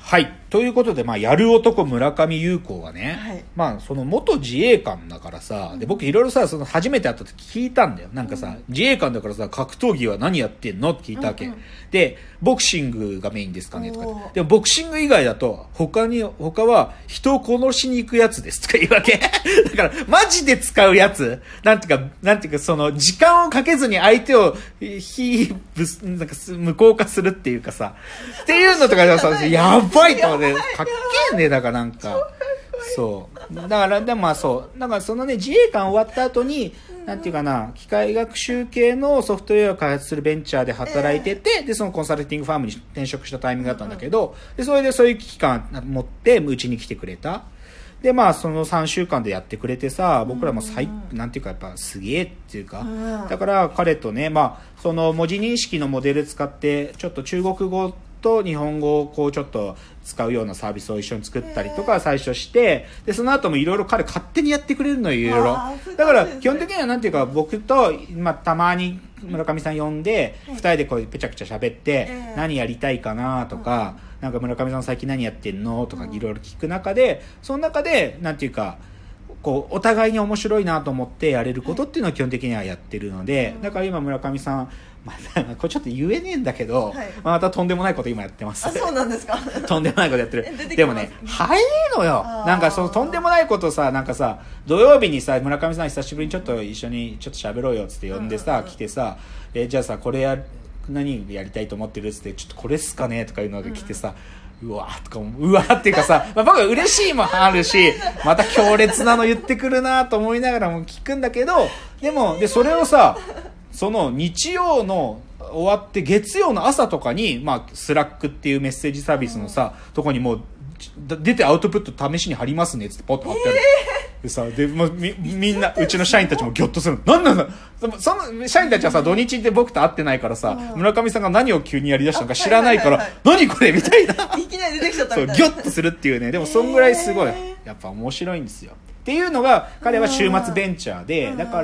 はい。ということで、やる男村上優子がね、その元自衛官だからさ、で、僕いろいろさ、その初めて会った時聞いたんだよ。なんかさ、自衛官だからさ、格闘技は何やってんのって聞いたわけ。で、ボクシングがメインですかねとか。でもボクシング以外だと、他は人を殺しに行くやつですとか言うわけ。だから、マジで使うやつなんていうか、その、時間をかけずに相手を、なんか、無効化するっていうかさ、っていうのとかさ、やばいと思って、かっけえね、だからなんか。そう。だから、でもそう。だからそのね、自衛官終わった後に、なんていうかな、機械学習系のソフトウェアを開発するベンチャーで働いてて、で、そのコンサルティングファームに転職したタイミングだったんだけど、で、それでそういう危機感持って、うちに来てくれた。で、その3週間でやってくれてさ、僕らもなんていうかやっぱすげえっていうか、だから彼とね、その文字認識のモデル使って、ちょっと中国語と日本語をこうちょっと使うようなサービスを一緒に作ったりとか最初して、で、その後もいろいろ彼勝手にやってくれるのよ、いろいろ。だから基本的にはなんていうか僕と、たまに村上さん呼んで、二人でこうぺちゃくちゃ喋って、何やりたいかなとか、なんか村上さん最近何やってんのとかいろいろ聞く中で、その中で、なんていうか、こう、お互いに面白いなと思ってやれることっていうのを基本的にはやってるので、だから今村上さん、これちょっと言えねえんだけど、またとんでもないこと今やってます。 あ、そうなんですか。 とんでもないことやってる。でもね、早いのよ。なんかそのとんでもないことさ、なんかさ、土曜日にさ、村上さん久しぶりにちょっと一緒にちょっと喋ろうよっつって呼んでさ、来てさ、じゃあさ、これ何やりたいと思ってるっつって、ちょっとこれっすかねとかいうので来てさ、うわーとかうわーっていうかさ、僕は嬉しいもあるし、また強烈なの言ってくるなと思いながらも聞くんだけど、でも、それをさ、その日曜の終わって月曜の朝とかに、スラックっていうメッセージサービスのさ、とこにもう、出てアウトプット試しに貼りますねっつってポッと貼ってある。でさ、で、みんな、うちの社員たちもギョッとするの。なんだその社員たちはさ、土日で僕と会ってないからさ、村上さんが何を急にやり出したのか知らないから、何これみたいな。 いきなり出てきちゃったみたいな。 そう、ギョッとするっていうね。でも、そんぐらいすごい、やっぱ面白いんですよ。っていうのが、彼は週末ベンチャーで、だから、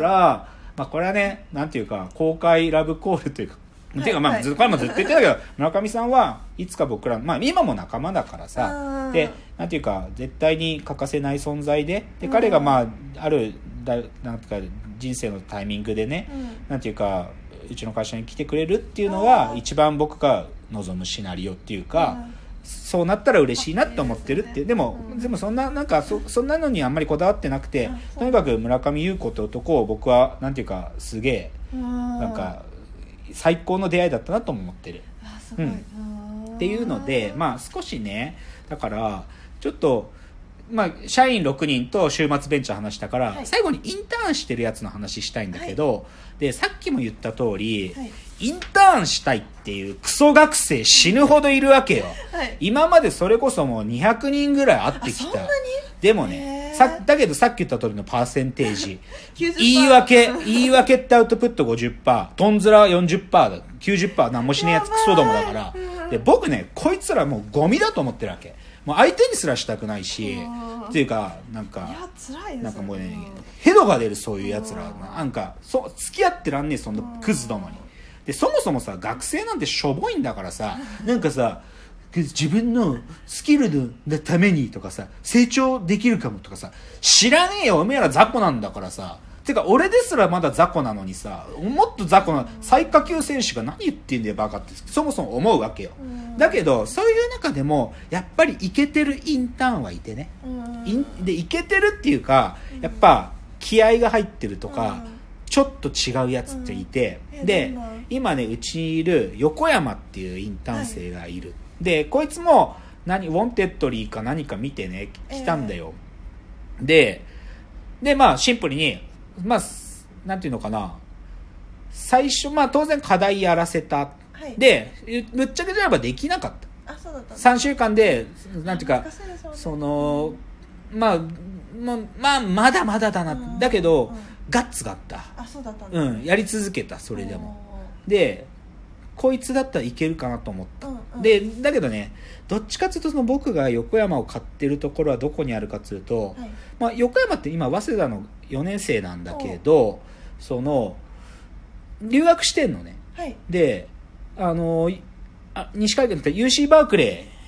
これはね、なんていうか、公開ラブコールというか、っていうかこれもずっと言ってたけど、村上さんはいつか僕ら、今も仲間だからさ、で、なんていうか、絶対に欠かせない存在で、彼がある、なんていうか、人生のタイミングでね、なんていうか、うちの会社に来てくれるっていうのが、一番僕が望むシナリオっていうか、そうなったら嬉しいなって思ってるっていう。でもそんな、なんかそんなのにあんまりこだわってなくて、とにかく村上優子って男を僕は、なんていうか、すげえ、なんか、最高の出会いだったなと思ってる。っていうので、少しね、だから、ちょっと、社員6人と週末ベンチャー話したから、最後にインターンしてるやつの話したいんだけど、で、さっきも言った通り、インターンしたいっていうクソ学生死ぬほどいるわけよ。今までそれこそもう200人ぐらい会ってきた。でもね、だけどさっき言った通りのパーセンテージ。言い訳ってアウトプット 50%、トンズラ 40% だ。90% 何もしねえやつクソどもだから。で、僕ね、こいつらもうゴミだと思ってるわけ。もう相手にすらしたくないし、っていうか、なんかもうね、ヘドが出るそういう奴ら。なんか、付き合ってらんねえ、そんなクズどもに。で、そもそもさ、学生なんてしょぼいんだからさ、なんかさ、自分のスキルのためにとかさ、成長できるかもとかさ、知らねえよ、おめえら雑魚なんだからさ。てか、俺ですらまだ雑魚なのにさ、もっと雑魚な、最下級選手が何言ってんだよ、バカって、そもそも思うわけよ。だけど、そういう中でも、やっぱりイケてるインターンはいてね。で、イケてるっていうか、やっぱ、気合が入ってるとか、ちょっと違うやつっていて、で、今ね、うちにいる横山っていうインターン生がいる。で、こいつも、ウォンテッドリーか何か見てね、来たんだよ。で、シンプルに、なんていうのかな。最初、当然課題やらせた。で、ぶっちゃけじゃえばできなかった。3週間で、なんていうか、まだまだだな。だけど、ガッツがあった。やり続けた、それでも。で、こいつだったらいけるかなと思った。で、だけどね、どっちかというとその僕が横山を買ってるところはどこにあるかというと、横山って今、早稲田の4年生なんだけど、留学してんのね。で、西海岸って UC バークレ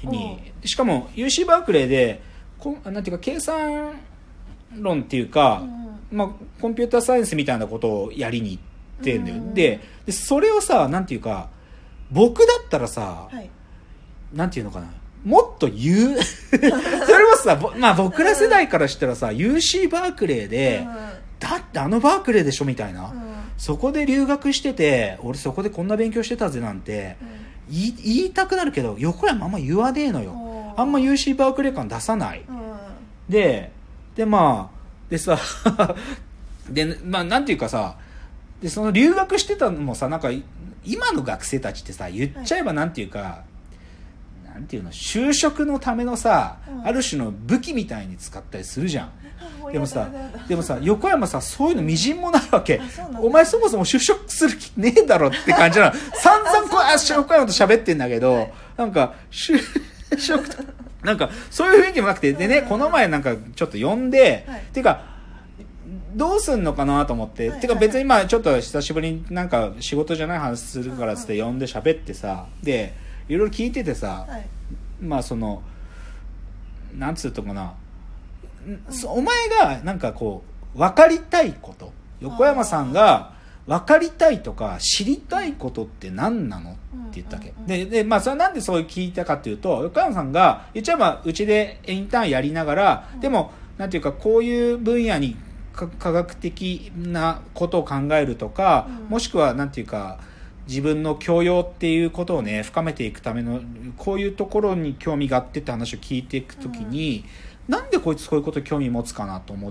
に、しかも UC バークレーでなんていうか計算論っていうか、まあ、コンピューターサイエンスみたいなことをやりに行ってんだよ、でそれをさ、なんていうか僕だったらさ、 はい、 なんていうのかな、もっと言うそれもさ、まあ、僕ら世代からしたらさ UC バークレーで、だってあのバークレーでしょみたいな、そこで留学してて俺そこでこんな勉強してたぜなんて、言いたくなるけど横山あんま言わねえのよ。あんま UC バークレー感出さない、でまあでさでまあなんていうかさ、でその留学してたのもさ、なんか今の学生たちってさ言っちゃえばなんていうか、なんていうの、就職のためのさ、ある種の武器みたいに使ったりするじゃん。でもさ横山さそういうのみじんもないわけ。お前そもそも就職する気ねえだろって感じなの。散々横山と喋ってんだけど、なんか就職なんかそういう雰囲気もなくて、でね、この前なんかちょっと呼んで、ていうかどうすんのかなと思って、てか別にまあちょっと久しぶりになんか仕事じゃない話するからっつって呼んで喋ってさ、でいろいろ聞いててさ、まあそのなんつうとかな、お前がなんかこう分かりたいこと、横山さんが分かりたいとか知りたいことって何なのって言ったわけ、でまあそれはなんでそう聞いたかっていうと、横山さんが言っちゃえばうちでインターンやりながら、でもなんていうかこういう分野に科学的なことを考えるとか、もしくはなんていうか自分の教養っていうことをね深めていくためのこういうところに興味があってって話を聞いていくときに、なんでこいつこういうことに興味持つかなと思って、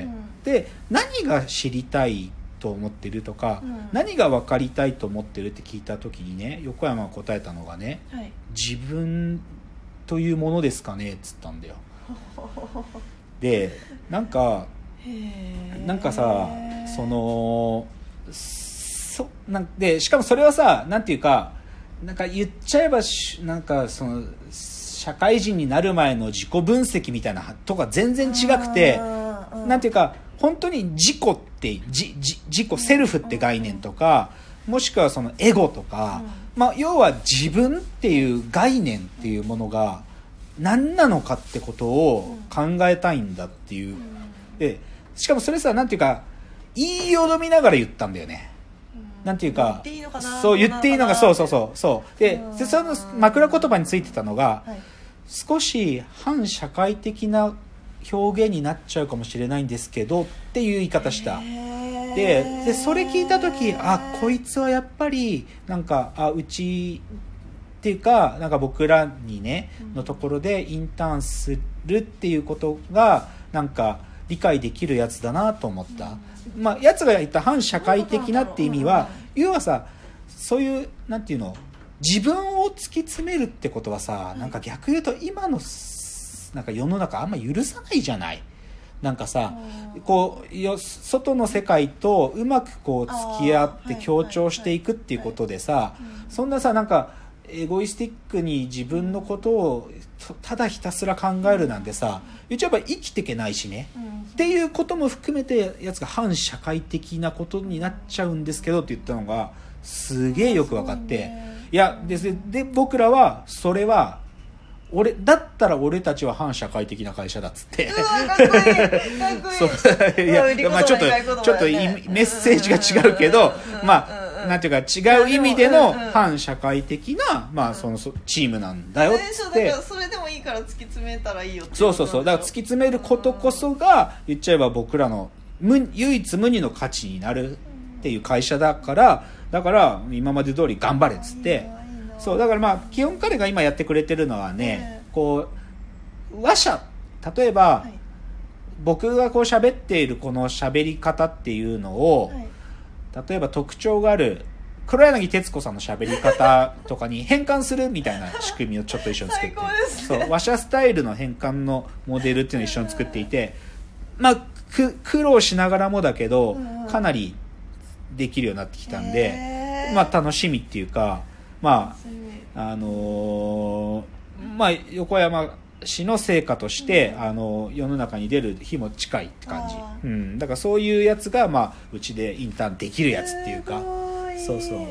で何が知りたいと思ってるとか、何が分かりたいと思ってるって聞いたときにね、横山が答えたのがね、自分というものですかねっつったんだよ。でなんかさ、そのなんでしかもそれはさ、なんていうかなんか言っちゃえばなんかその社会人になる前の自己分析みたいなとか全然違くて、なんていうか本当に自己って自己セルフって概念とか、もしくはそのエゴとか、まあ要は自分っていう概念っていうものが何なのかってことを考えたいんだっていう、でしかもそれさ、なんていうか言いよどみながら言ったんだよね。なんていうか、そう言っていいのが、そうでその枕言葉についてたのが、少し反社会的な表現になっちゃうかもしれないんですけどっていう言い方した。でそれ聞いた時、こいつはやっぱりなんかうちっていうかなんか僕らにねのところでインターンするっていうことがなんか理解できるやつだなと思った。まあやつが言った反社会的なって意味は、要はさ、そういうなんていうの、自分を突き詰めるってことはさ、なんか逆言うと今のなんか世の中あんま許さないじゃない。なんかさ、こう外の世界とうまくこう付き合って協調していくっていうことでさ、そんなさなんかエゴイスティックに自分のことをただひたすら考えるなんてさ、言っちゃえば生きていけないしね、っていうことも含めてやつが反社会的なことになっちゃうんですけどって言ったのがすげえよく分かって、いやで僕らはそれはだったら俺たちは反社会的な会社だっつって、 かっこいいかっこいい。 いやまあちょっとメッセージが違うけど、まあなんていうか違う意味での反社会的なまあそのチームなんだよっつって、 だからそれでもいいから突き詰めたらいいよって。 そうだから突き詰めることこそが言っちゃえば僕らの唯一無二の価値になるっていう会社だから、今まで通り頑張れっつって、そうだからまあ基本彼が今やってくれてるのはね、こう話者、例えば、僕がこう喋っているこの喋り方っていうのを、例えば特徴がある黒柳徹子さんの喋り方とかに変換するみたいな仕組みをちょっと一緒に作って、そう話者スタイルの変換のモデルっていうのを一緒に作っていて、まあ苦労しながらもだけどかなりできるようになってきたんで、まあ楽しみっていうか、まあまあ横山氏の成果として、世の中に出る日も近いって感じ、だからそういうやつが、まあ、うちでインターンできるやつっていうか、そう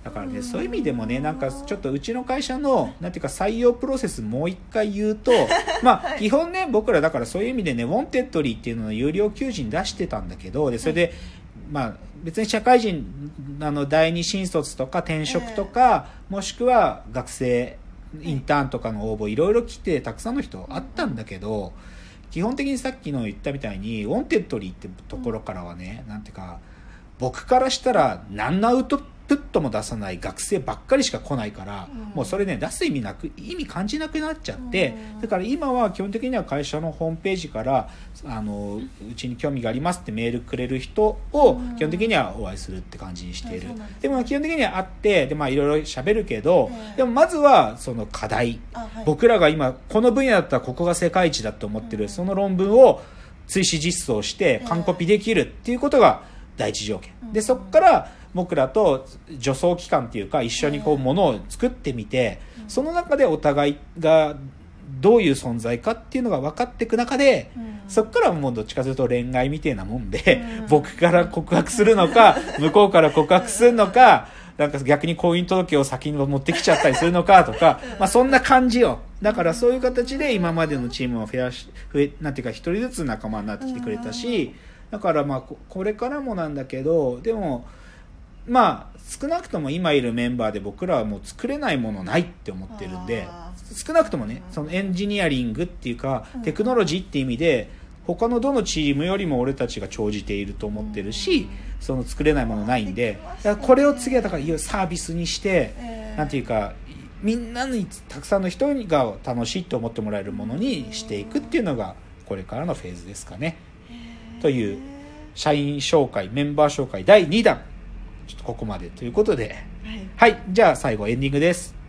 だからね、そういう意味でもね、なんかちょっとうちの会社のなんていうか採用プロセスもう一回言うと、まあ基本ね、僕らだからそういう意味でね、ウォンテッドリーっていうのを有料求人出してたんだけど、でそれで、まあ別に社会人第二新卒とか転職とか、もしくは学生インターンとかの応募いろいろ来てたくさんの人あったんだけど、基本的にさっきの言ったみたいにウォンテッドリーってところからはね、なんていうか僕からしたら何のアウトプットも出さない学生ばっかりしか来ないから、もうそれね出す意味感じなくなっちゃって、だから今は基本的には会社のホームページからうちに興味がありますってメールくれる人を基本的にはお会いするって感じにしている。でも基本的には会ってで、まあいろいろ喋るけど、でもまずはその課題、僕らが今この分野だったらここが世界一だと思ってる、その論文を追試実装して完コピできるっていうことが第一条件で、そこから僕らと助走期間っていうか一緒にこうものを作ってみて、その中でお互いがどういう存在かっていうのが分かっていく中で、そこからもうどっちかというと恋愛みたいなもんで、僕から告白するのか向こうから告白するのか、なんか逆に婚姻届を先に持ってきちゃったりするのかとか、まあそんな感じよ。だからそういう形で今までのチームはなんていうか一人ずつ仲間になってきてくれたし、だからまあこれからもなんだけど、でもまあ少なくとも今いるメンバーで僕らはもう作れないものないって思ってるんで、少なくともね、そのエンジニアリングっていうかテクノロジーっていう意味で他のどのチームよりも俺たちが長じていると思ってるし、その作れないものないんで、だからこれを次はだからいよいよサービスにして、なんていうかみんなにたくさんの人が楽しいと思ってもらえるものにしていくっていうのがこれからのフェーズですかね。という社員紹介メンバー紹介第2弾、ちょっとここまでということで、はい、じゃあ最後エンディングです。